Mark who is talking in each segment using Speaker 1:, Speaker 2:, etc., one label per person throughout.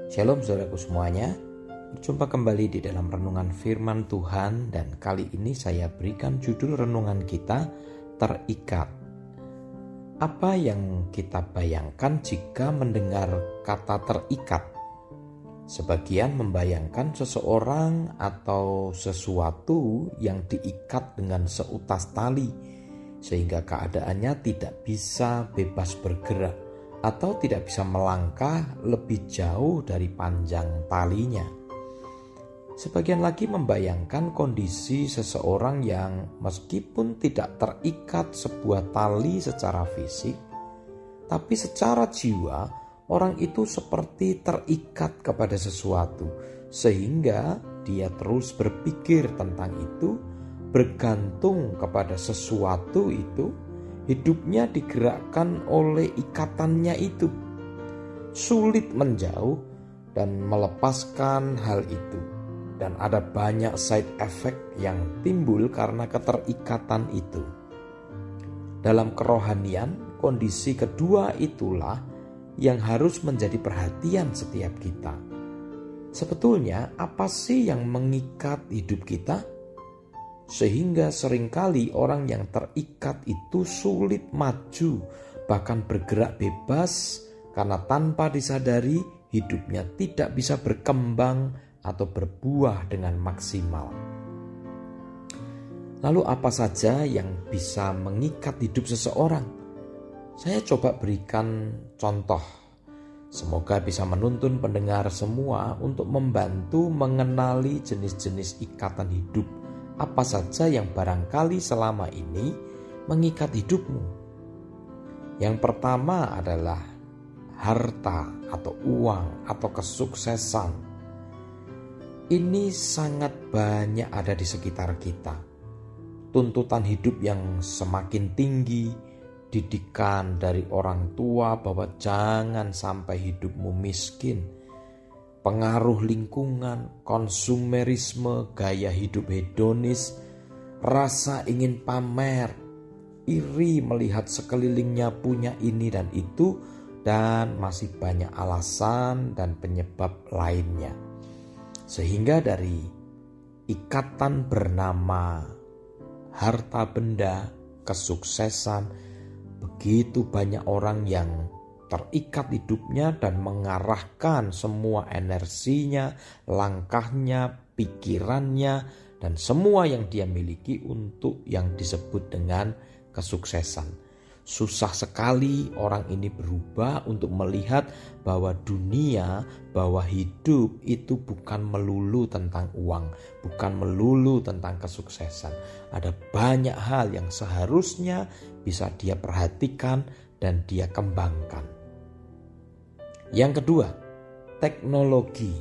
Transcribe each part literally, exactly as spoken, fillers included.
Speaker 1: Shalom saudaraku semuanya, berjumpa kembali di dalam renungan firman Tuhan, dan kali ini saya berikan judul renungan kita, Terikat. Apa yang kita bayangkan jika mendengar kata terikat? Sebagian membayangkan seseorang atau sesuatu yang diikat dengan seutas tali, sehingga keadaannya tidak bisa bebas bergerak atau tidak bisa melangkah lebih jauh dari panjang talinya. Sebagian lagi membayangkan kondisi seseorang yang meskipun tidak terikat sebuah tali secara fisik, tapi secara jiwa orang itu seperti terikat kepada sesuatu, sehingga dia terus berpikir tentang itu, bergantung kepada sesuatu itu. Hidupnya digerakkan oleh ikatannya itu. Sulit menjauh dan melepaskan hal itu. Dan ada banyak side effect yang timbul karena keterikatan itu. Dalam kerohanian, kondisi kedua itulah yang harus menjadi perhatian setiap kita. Sebetulnya apa sih yang mengikat hidup kita? Sehingga seringkali orang yang terikat itu sulit maju, bahkan bergerak bebas, karena tanpa disadari hidupnya tidak bisa berkembang atau berbuah dengan maksimal. Lalu apa saja yang bisa mengikat hidup seseorang? Saya coba berikan contoh. Semoga bisa menuntun pendengar semua untuk membantu mengenali jenis-jenis ikatan hidup apa saja yang barangkali selama ini mengikat hidupmu. Yang pertama adalah harta atau uang atau kesuksesan. Ini sangat banyak ada di sekitar kita. Tuntutan hidup yang semakin tinggi, didikan dari orang tua bahwa jangan sampai hidupmu miskin, pengaruh lingkungan, konsumerisme, gaya hidup hedonis, rasa ingin pamer, iri melihat sekelilingnya punya ini dan itu, dan masih banyak alasan dan penyebab lainnya. Sehingga dari ikatan bernama harta benda, kesuksesan, begitu banyak orang yang terikat hidupnya dan mengarahkan semua energinya, langkahnya, pikirannya, dan semua yang dia miliki untuk yang disebut dengan kesuksesan. Susah sekali orang ini berubah untuk melihat bahwa dunia, bahwa hidup itu bukan melulu tentang uang, bukan melulu tentang kesuksesan. Ada banyak hal yang seharusnya bisa dia perhatikan dan dia kembangkan. Yang kedua, teknologi.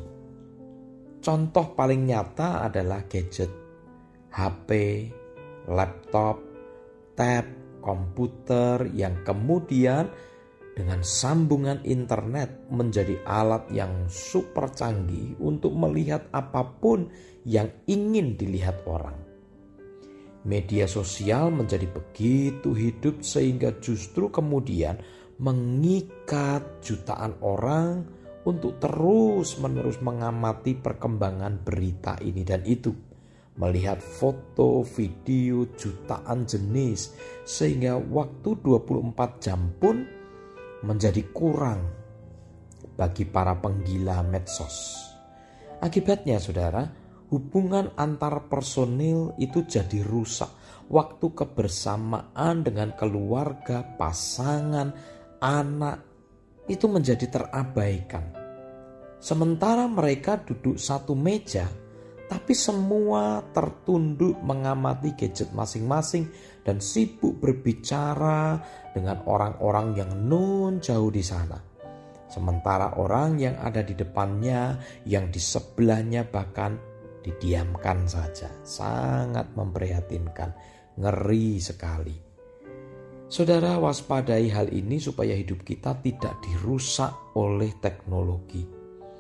Speaker 1: Contoh paling nyata adalah gadget, H P, laptop, tab, komputer yang kemudian dengan sambungan internet menjadi alat yang super canggih untuk melihat apapun yang ingin dilihat orang. Media sosial menjadi begitu hidup sehingga justru kemudian mengikat jutaan orang untuk terus-menerus mengamati perkembangan berita ini dan itu. Melihat foto, video, jutaan jenis, sehingga waktu dua puluh empat jam pun menjadi kurang bagi para penggila medsos. Akibatnya saudara, hubungan antar personil itu jadi rusak. Waktu kebersamaan dengan keluarga, pasangan, anak itu menjadi terabaikan. Sementara mereka duduk satu meja, tapi semua tertunduk mengamati gadget masing-masing dan sibuk berbicara dengan orang-orang yang non jauh di sana. Sementara orang yang ada di depannya, yang di sebelahnya bahkan didiamkan saja. Sangat memprihatinkan, ngeri sekali. Saudara, waspadai hal ini supaya hidup kita tidak dirusak oleh teknologi.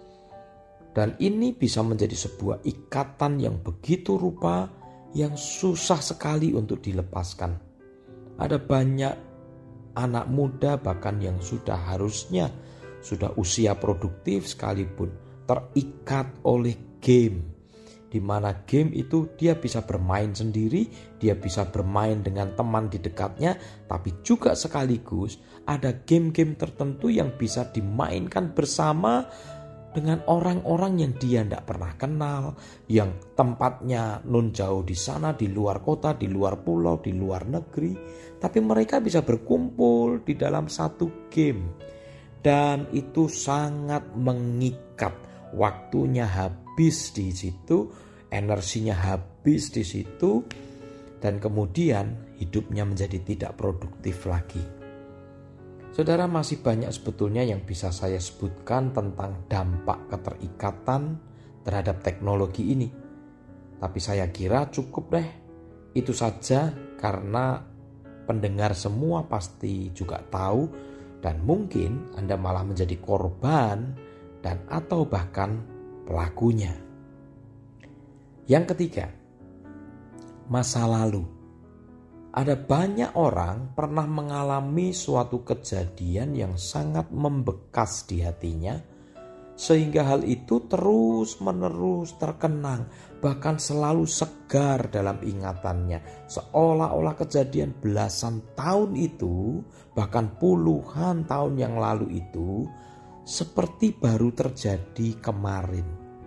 Speaker 1: Dan ini bisa menjadi sebuah ikatan yang begitu rupa yang susah sekali untuk dilepaskan. Ada banyak anak muda bahkan yang sudah harusnya sudah usia produktif sekalipun terikat oleh game. Di mana game itu dia bisa bermain sendiri, dia bisa bermain dengan teman di dekatnya, tapi juga sekaligus ada game-game tertentu yang bisa dimainkan bersama dengan orang-orang yang dia tidak pernah kenal, yang tempatnya nun jauh di sana, di luar kota, di luar pulau, di luar negeri, tapi mereka bisa berkumpul di dalam satu game. Dan itu sangat mengikat. Waktunya habis di situ, energinya habis di situ, dan kemudian hidupnya menjadi tidak produktif lagi. Saudara, masih banyak sebetulnya yang bisa saya sebutkan tentang dampak keterikatan terhadap teknologi ini. Tapi saya kira cukup deh. Itu saja, karena pendengar semua pasti juga tahu, dan mungkin Anda malah menjadi korban dan atau bahkan pelakunya. Yang ketiga, masa lalu. Ada banyak orang pernah mengalami suatu kejadian yang sangat membekas di hatinya, sehingga hal itu terus-menerus terkenang, bahkan selalu segar dalam ingatannya, seolah-olah kejadian belasan tahun itu, bahkan puluhan tahun yang lalu itu seperti baru terjadi kemarin.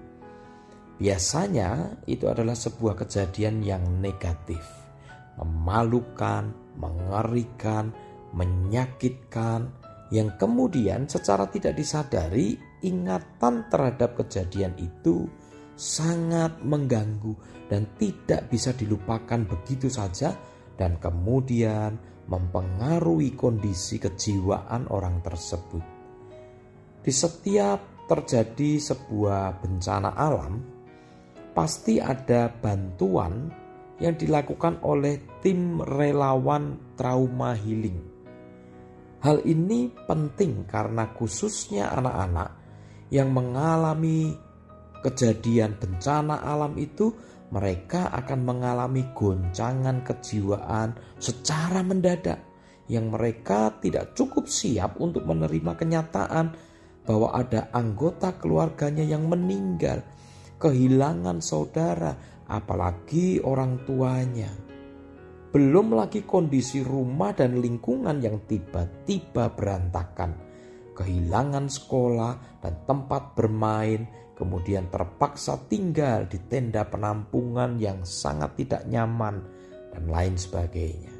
Speaker 1: Biasanya itu adalah sebuah kejadian yang negatif, memalukan, mengerikan, menyakitkan, yang kemudian secara tidak disadari ingatan terhadap kejadian itu sangat mengganggu dan tidak bisa dilupakan begitu saja, dan kemudian mempengaruhi kondisi kejiwaan orang tersebut. Di setiap terjadi sebuah bencana alam, pasti ada bantuan yang dilakukan oleh tim relawan trauma healing. Hal ini penting karena khususnya anak-anak yang mengalami kejadian bencana alam itu, mereka akan mengalami goncangan kejiwaan secara mendadak yang mereka tidak cukup siap untuk menerima kenyataan bahwa ada anggota keluarganya yang meninggal, kehilangan saudara, apalagi orang tuanya. Belum lagi kondisi rumah dan lingkungan yang tiba-tiba berantakan, kehilangan sekolah dan tempat bermain, kemudian terpaksa tinggal di tenda penampungan yang sangat tidak nyaman, dan lain sebagainya.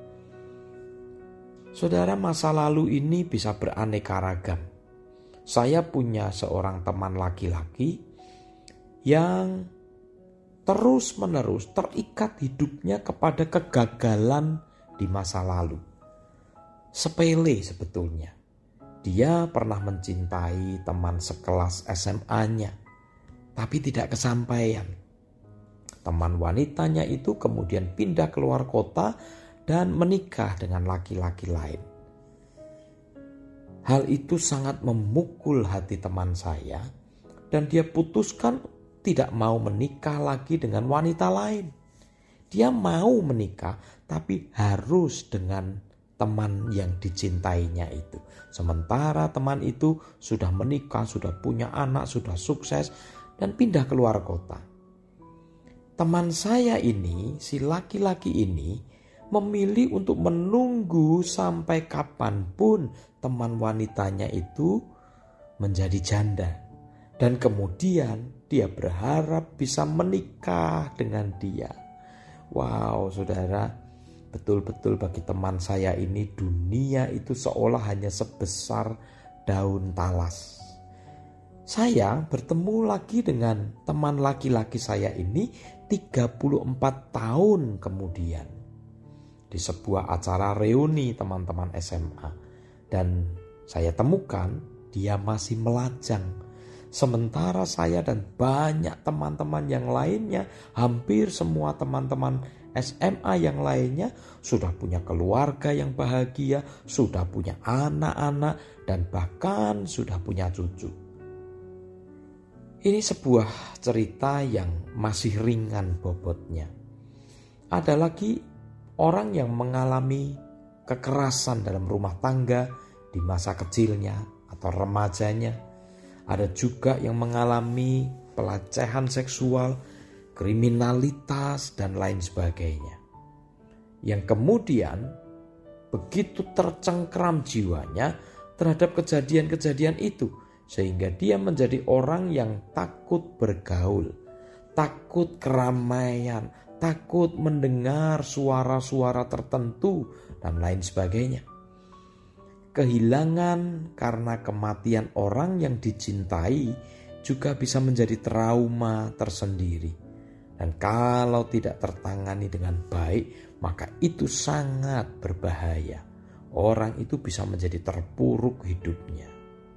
Speaker 1: Saudara, masa lalu ini bisa beraneka ragam. Saya punya seorang teman laki-laki yang terus-menerus terikat hidupnya kepada kegagalan di masa lalu. Sepele sebetulnya. Dia pernah mencintai teman sekelas S M A-nya, tapi tidak kesampaian. Teman wanitanya itu kemudian pindah keluar kota dan menikah dengan laki-laki lain. Hal itu sangat memukul hati teman saya, dan dia putuskan tidak mau menikah lagi dengan wanita lain. Dia mau menikah tapi harus dengan teman yang dicintainya itu. Sementara teman itu sudah menikah, sudah punya anak, sudah sukses, dan pindah keluar kota. Teman saya ini, si laki-laki ini, memilih untuk menunggu sampai kapanpun teman wanitanya itu menjadi janda. Dan kemudian dia berharap bisa menikah dengan dia. Wow, saudara, betul-betul bagi teman saya ini dunia itu seolah hanya sebesar daun talas. Saya bertemu lagi dengan teman laki-laki saya ini tiga puluh empat tahun kemudian di sebuah acara reuni teman-teman S M A, dan saya temukan dia masih melajang. Sementara saya dan banyak teman-teman yang lainnya, hampir semua teman-teman S M A yang lainnya sudah punya keluarga yang bahagia, sudah punya anak-anak, dan bahkan sudah punya cucu. Ini sebuah cerita yang masih ringan bobotnya. Ada lagi orang yang mengalami kekerasan dalam rumah tangga di masa kecilnya, atau remajanya. Ada juga yang mengalami pelecehan seksual, kriminalitas, dan lain sebagainya. Yang kemudian begitu tercengkeram jiwanya terhadap kejadian-kejadian itu, sehingga dia menjadi orang yang takut bergaul, takut keramaian, takut mendengar suara-suara tertentu, dan lain sebagainya. Kehilangan karena kematian orang yang dicintai juga bisa menjadi trauma tersendiri. Dan kalau tidak tertangani dengan baik, maka itu sangat berbahaya. Orang itu bisa menjadi terpuruk hidupnya.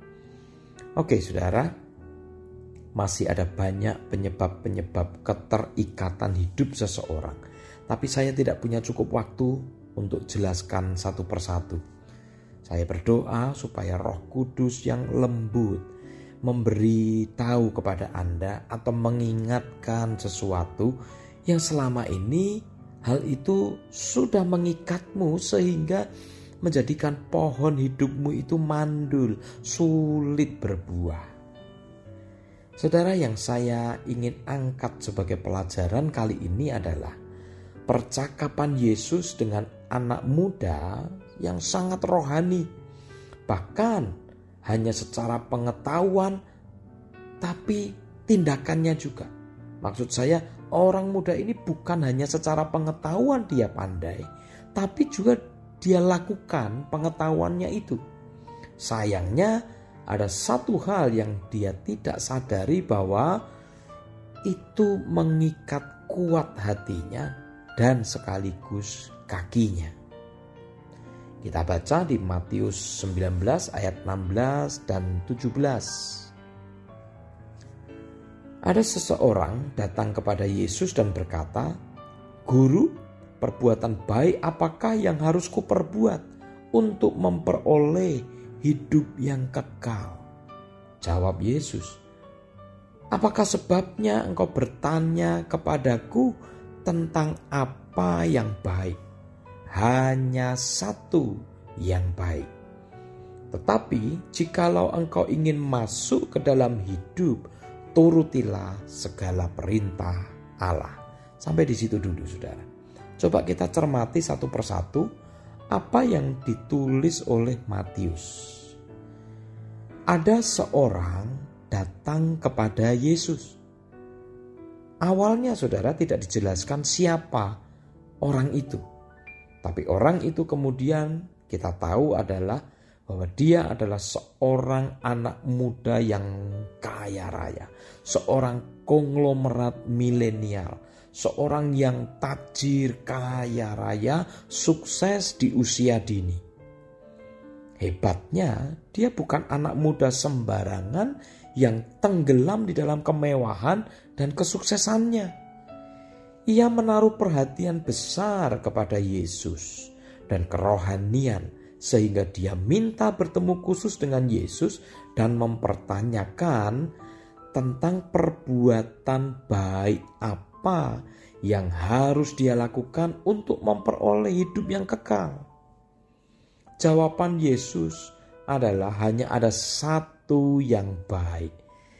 Speaker 1: Oke saudara, masih ada banyak penyebab-penyebab keterikatan hidup seseorang. Tapi saya tidak punya cukup waktu untuk jelaskan satu persatu. Saya berdoa supaya Roh Kudus yang lembut memberi tahu kepada Anda atau mengingatkan sesuatu yang selama ini hal itu sudah mengikatmu sehingga menjadikan pohon hidupmu itu mandul, sulit berbuah. Saudara, yang saya ingin angkat sebagai pelajaran kali ini adalah percakapan Yesus dengan anak muda yang sangat rohani. Bahkan hanya secara pengetahuan, tapi tindakannya juga. Maksud saya, orang muda ini bukan hanya secara pengetahuan dia pandai, tapi juga dia lakukan pengetahuannya itu. Sayangnya ada satu hal yang dia tidak sadari, bahwa itu mengikat kuat hatinya dan sekaligus kakinya. Kita baca di Matius sembilan belas ayat enam belas dan tujuh belas. Ada seseorang datang kepada Yesus dan berkata, "Guru, perbuatan baik apakah yang harus kuperbuat untuk memperoleh hidup yang kekal?" Jawab Yesus, "Apakah sebabnya engkau bertanya kepadaku tentang apa yang baik? Hanya satu yang baik. Tetapi jikalau engkau ingin masuk ke dalam hidup, turutilah segala perintah Allah." Sampai di situ dulu saudara. Coba kita cermati satu persatu apa yang ditulis oleh Matius. Ada seorang datang kepada Yesus. Awalnya saudara tidak dijelaskan siapa orang itu. Tapi orang itu kemudian kita tahu adalah bahwa dia adalah seorang anak muda yang kaya raya. Seorang konglomerat milenial. Seorang yang tajir, kaya raya, sukses di usia dini. Hebatnya, dia bukan anak muda sembarangan yang tenggelam di dalam kemewahan dan kesuksesannya. Ia menaruh perhatian besar kepada Yesus dan kerohanian, sehingga dia minta bertemu khusus dengan Yesus dan mempertanyakan tentang perbuatan baik apa yang harus dia lakukan untuk memperoleh hidup yang kekal. Jawaban Yesus adalah hanya ada satu yang baik.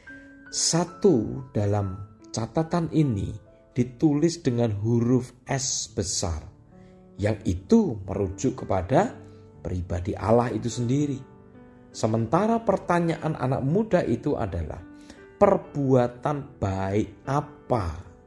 Speaker 1: Satu dalam catatan ini ditulis dengan huruf S besar, yang itu merujuk kepada pribadi Allah itu sendiri. Sementara pertanyaan anak muda itu adalah perbuatan baik apa?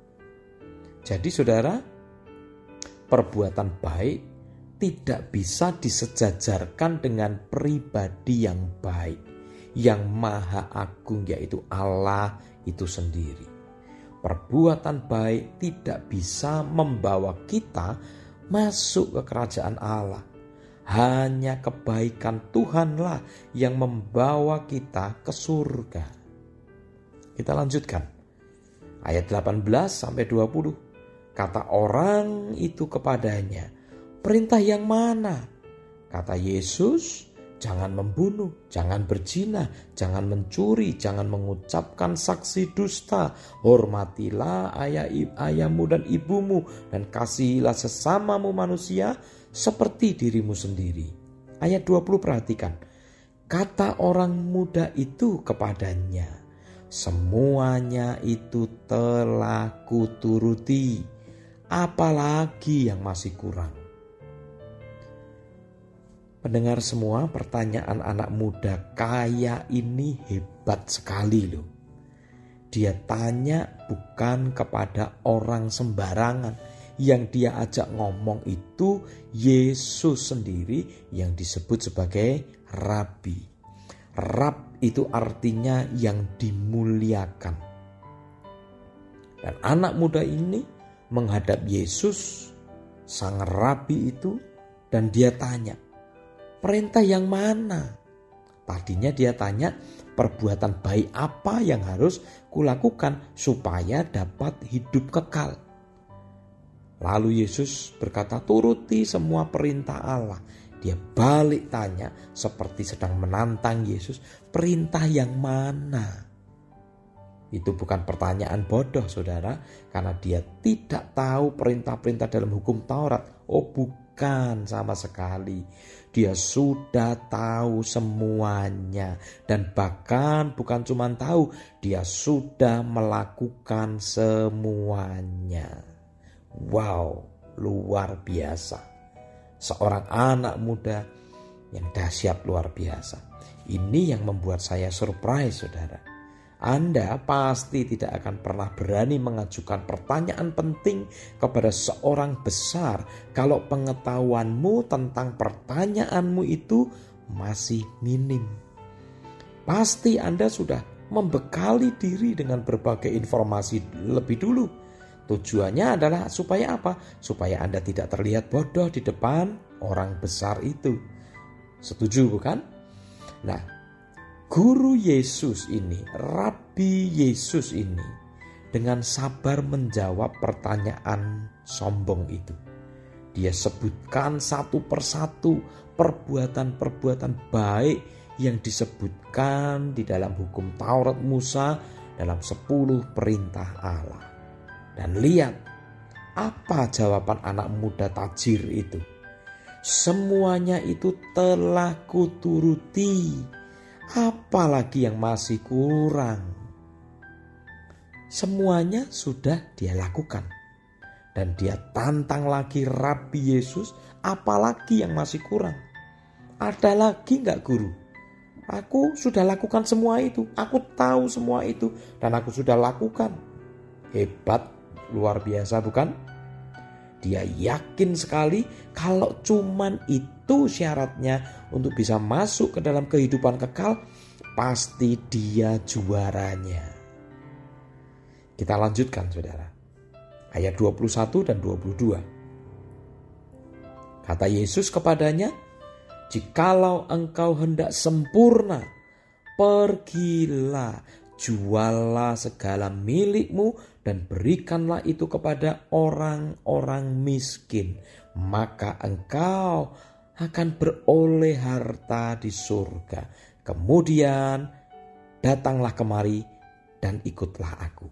Speaker 1: Jadi saudara, perbuatan baik tidak bisa disejajarkan dengan pribadi yang baik, yang maha agung, yaitu Allah itu sendiri. Perbuatan baik tidak bisa membawa kita masuk ke kerajaan Allah. Hanya kebaikan Tuhanlah yang membawa kita ke surga. Kita lanjutkan. Ayat delapan belas sampai dua puluh. Kata orang itu kepadanya, "Perintah yang mana?" Kata Yesus, "Jangan membunuh, jangan berzina, jangan mencuri, jangan mengucapkan saksi dusta, hormatilah ayah ayahmu dan ibumu, dan kasihilah sesamamu manusia seperti dirimu sendiri." Ayat dua puluh perhatikan. Kata orang muda itu kepadanya, semuanya itu telah kuturuti, apalagi yang masih kurang? Pendengar semua, pertanyaan anak muda kaya ini hebat sekali loh. Dia tanya bukan kepada orang sembarangan. Yang dia ajak ngomong itu Yesus sendiri yang disebut sebagai Rabi. Rab itu artinya yang dimuliakan. Dan anak muda ini menghadap Yesus, sang Rabi itu, dan dia tanya, perintah yang mana? Tadinya dia tanya, perbuatan baik apa yang harus kulakukan supaya dapat hidup kekal? Lalu Yesus berkata, turuti semua perintah Allah. Dia balik tanya seperti sedang menantang Yesus, perintah yang mana? Itu bukan pertanyaan bodoh saudara, karena dia tidak tahu perintah-perintah dalam hukum Taurat. Oh bukan sama sekali. Dia sudah tahu semuanya. Dan bahkan bukan cuma tahu, dia sudah melakukan semuanya. Wow, luar biasa. Seorang anak muda yang dahsyat luar biasa. Ini yang membuat saya surprise saudara. Anda pasti tidak akan pernah berani mengajukan pertanyaan penting kepada seorang besar kalau pengetahuanmu tentang pertanyaanmu itu masih minim. Pasti Anda sudah membekali diri dengan berbagai informasi lebih dulu. Tujuannya adalah supaya apa? Supaya Anda tidak terlihat bodoh di depan orang besar itu. Setuju bukan? Nah, guru Yesus ini, Rabi Yesus ini, dengan sabar menjawab pertanyaan sombong itu. Dia sebutkan satu persatu perbuatan-perbuatan baik yang disebutkan di dalam hukum Taurat Musa dalam sepuluh perintah Allah. Dan lihat apa jawaban anak muda tajir itu. Semuanya itu telah kuturuti, apalagi yang masih kurang? Semuanya sudah dia lakukan. Dan dia tantang lagi Rabi Yesus, apalagi yang masih kurang? Ada lagi enggak guru? Aku sudah lakukan semua itu, aku tahu semua itu, dan aku sudah lakukan. Hebat, luar biasa bukan? Dia yakin sekali kalau cuman itu syaratnya untuk bisa masuk ke dalam kehidupan kekal, pasti dia juaranya. Kita lanjutkan saudara. Ayat dua puluh satu dan dua puluh dua. Kata Yesus kepadanya, jikalau engkau hendak sempurna, pergilah, juallah segala milikmu dan berikanlah itu kepada orang-orang miskin. Maka engkau akan beroleh harta di surga. Kemudian datanglah kemari dan ikutlah aku.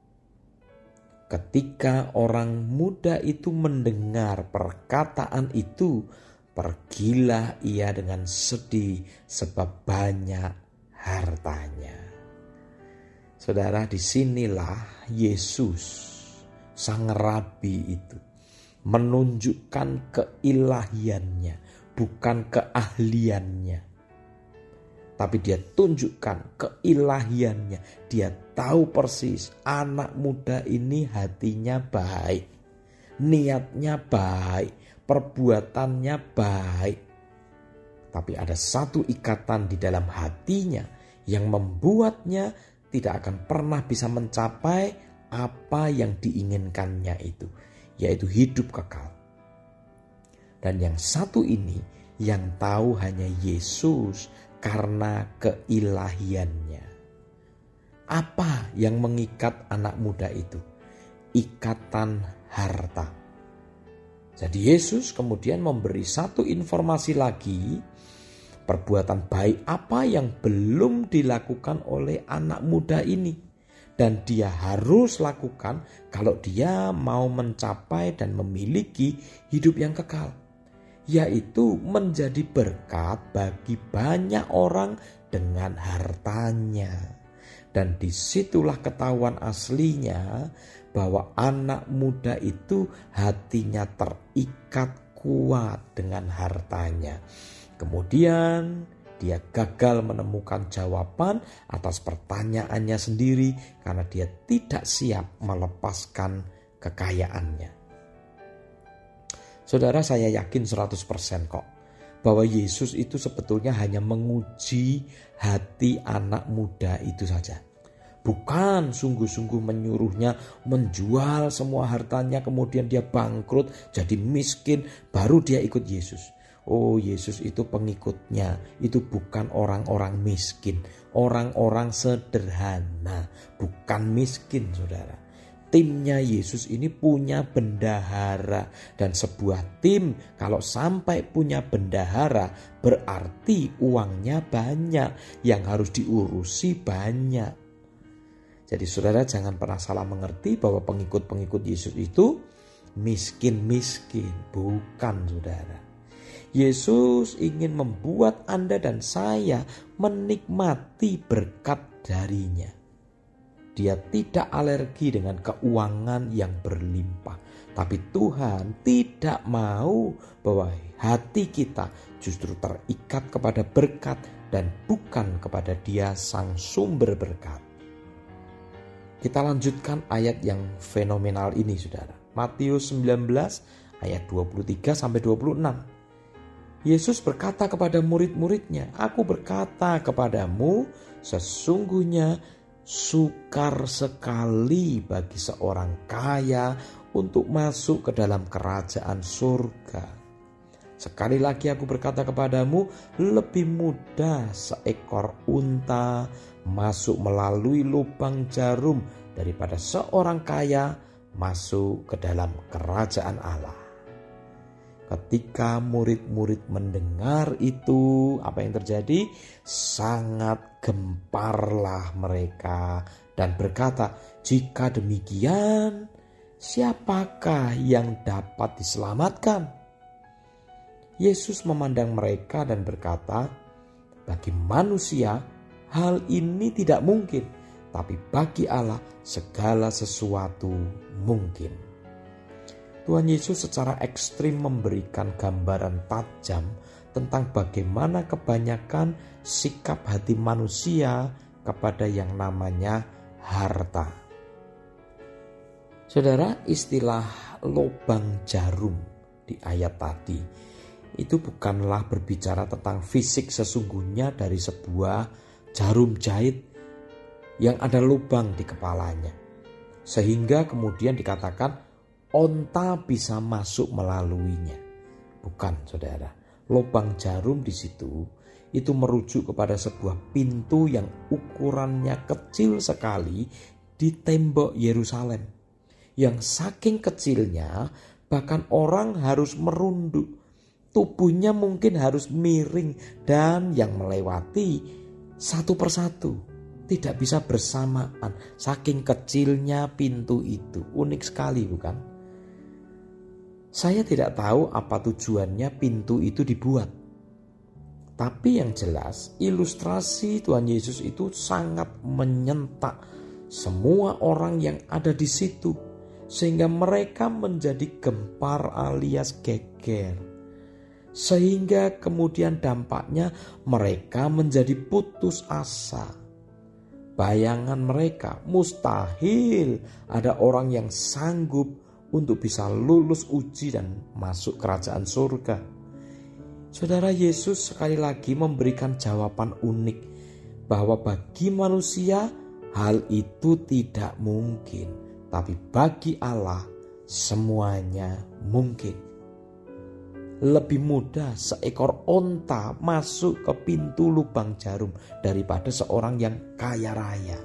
Speaker 1: Ketika orang muda itu mendengar perkataan itu, pergilah ia dengan sedih sebab banyak hartanya. Saudara, disinilah Yesus, sang Rabi itu, menunjukkan keilahiannya, bukan keahliannya. Tapi dia tunjukkan keilahiannya. Dia tahu persis anak muda ini hatinya baik, niatnya baik, perbuatannya baik. Tapi ada satu ikatan di dalam hatinya yang membuatnya tidak akan pernah bisa mencapai apa yang diinginkannya itu, yaitu hidup kekal. Dan yang satu ini yang tahu hanya Yesus karena keilahiannya. Apa yang mengikat anak muda itu? Ikatan harta. Jadi Yesus kemudian memberi satu informasi lagi, perbuatan baik apa yang belum dilakukan oleh anak muda ini. Dan dia harus lakukan kalau dia mau mencapai dan memiliki hidup yang kekal. yaitu menjadi berkat bagi banyak orang dengan hartanya. Dan disitulah ketahuan aslinya bahwa anak muda itu hatinya terikat kuat dengan hartanya. Kemudian dia gagal menemukan jawaban atas pertanyaannya sendiri karena dia tidak siap melepaskan kekayaannya. Saudara, saya yakin seratus persen kok bahwa Yesus itu sebetulnya hanya menguji hati anak muda itu saja. Bukan sungguh-sungguh menyuruhnya menjual semua hartanya, kemudian dia bangkrut, jadi miskin, baru dia ikut Yesus. Oh, Yesus itu pengikutnya, itu bukan orang-orang miskin, orang-orang sederhana, bukan miskin, saudara. Timnya Yesus ini punya bendahara, dan sebuah tim kalau sampai punya bendahara berarti uangnya banyak, yang harus diurusi banyak. Jadi saudara jangan pernah salah mengerti bahwa pengikut-pengikut Yesus itu miskin-miskin. Bukan, saudara. Yesus ingin membuat Anda dan saya menikmati berkat darinya. Dia tidak alergi dengan keuangan yang berlimpah. Tapi Tuhan tidak mau bahwa hati kita justru terikat kepada berkat dan bukan kepada Dia sang sumber berkat. Kita lanjutkan ayat yang fenomenal ini, saudara. Matius sembilan belas ayat dua puluh tiga sampai dua puluh enam. Yesus berkata kepada murid-muridnya, "Aku berkata kepadamu, sesungguhnya sukar sekali bagi seorang kaya untuk masuk ke dalam kerajaan surga. Sekali lagi aku berkata kepadamu, lebih mudah seekor unta masuk melalui lubang jarum daripada seorang kaya masuk ke dalam kerajaan Allah." Ketika murid-murid mendengar itu, apa yang terjadi? Sangat gemparlah mereka dan berkata, "Jika demikian, siapakah yang dapat diselamatkan?" Yesus memandang mereka dan berkata, "Bagi manusia hal ini tidak mungkin, tapi bagi Allah segala sesuatu mungkin." Tuhan Yesus secara ekstrim memberikan gambaran tajam tentang bagaimana kebanyakan sikap hati manusia kepada yang namanya harta. Saudara, istilah lubang jarum di ayat tadi itu bukanlah berbicara tentang fisik sesungguhnya dari sebuah jarum jahit yang ada lubang di kepalanya, sehingga kemudian dikatakan onta bisa masuk melaluinya. Bukan, saudara. Lubang jarum di situ itu merujuk kepada sebuah pintu yang ukurannya kecil sekali di tembok Yerusalem, yang saking kecilnya bahkan orang harus merunduk, tubuhnya mungkin harus miring, dan yang melewati satu persatu tidak bisa bersamaan. Saking kecilnya pintu itu. Unik sekali, bukan? Saya tidak tahu apa tujuannya pintu itu dibuat. Tapi yang jelas ilustrasi Tuhan Yesus itu sangat menyentak semua orang yang ada di situ, sehingga mereka menjadi gempar alias geger. Sehingga kemudian dampaknya mereka menjadi putus asa. Bayangan mereka, mustahil ada orang yang sanggup untuk bisa lulus uji dan masuk kerajaan surga. Saudara, Yesus sekali lagi memberikan jawaban unik bahwa bagi manusia hal itu tidak mungkin, tapi bagi Allah semuanya mungkin. Lebih mudah seekor onta masuk ke pintu lubang jarum daripada seorang yang kaya raya.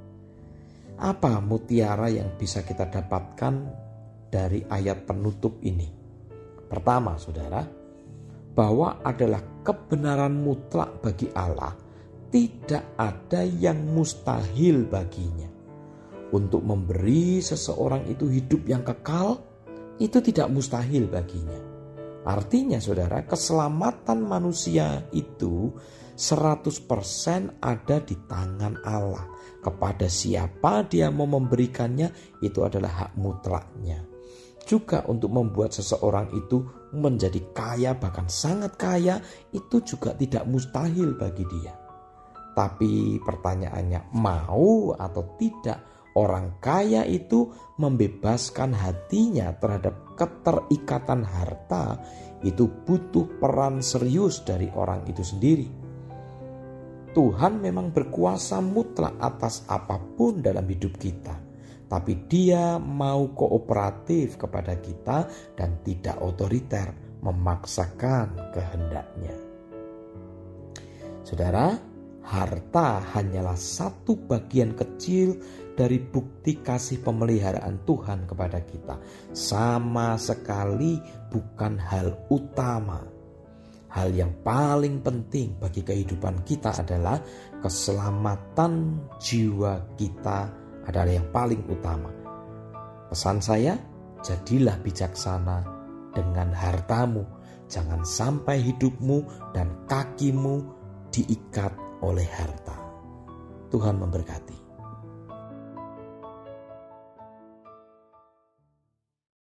Speaker 1: Apa mutiara yang bisa kita dapatkan dari ayat penutup ini? Pertama, saudara, bahwa adalah kebenaran mutlak bagi Allah. Tidak ada yang mustahil baginya. Untuk memberi seseorang itu hidup yang kekal, itu tidak mustahil baginya. Artinya saudara, keselamatan manusia itu seratus persen ada di tangan Allah. Kepada siapa dia mau memberikannya, itu adalah hak mutlaknya. Juga untuk membuat seseorang itu menjadi kaya, bahkan sangat kaya, itu juga tidak mustahil bagi dia. Tapi pertanyaannya, mau atau tidak orang kaya itu membebaskan hatinya terhadap keterikatan harta, itu butuh peran serius dari orang itu sendiri. Tuhan memang berkuasa mutlak atas apapun dalam hidup kita, tapi Dia mau kooperatif kepada kita dan tidak otoriter memaksakan kehendaknya. Saudara, harta hanyalah satu bagian kecil dari bukti kasih pemeliharaan Tuhan kepada kita. Sama sekali bukan hal utama. Hal yang paling penting bagi kehidupan kita adalah keselamatan jiwa kita adalah yang paling utama. Pesan saya, jadilah bijaksana dengan hartamu. Jangan sampai hidupmu dan kakimu diikat oleh harta. Tuhan memberkati.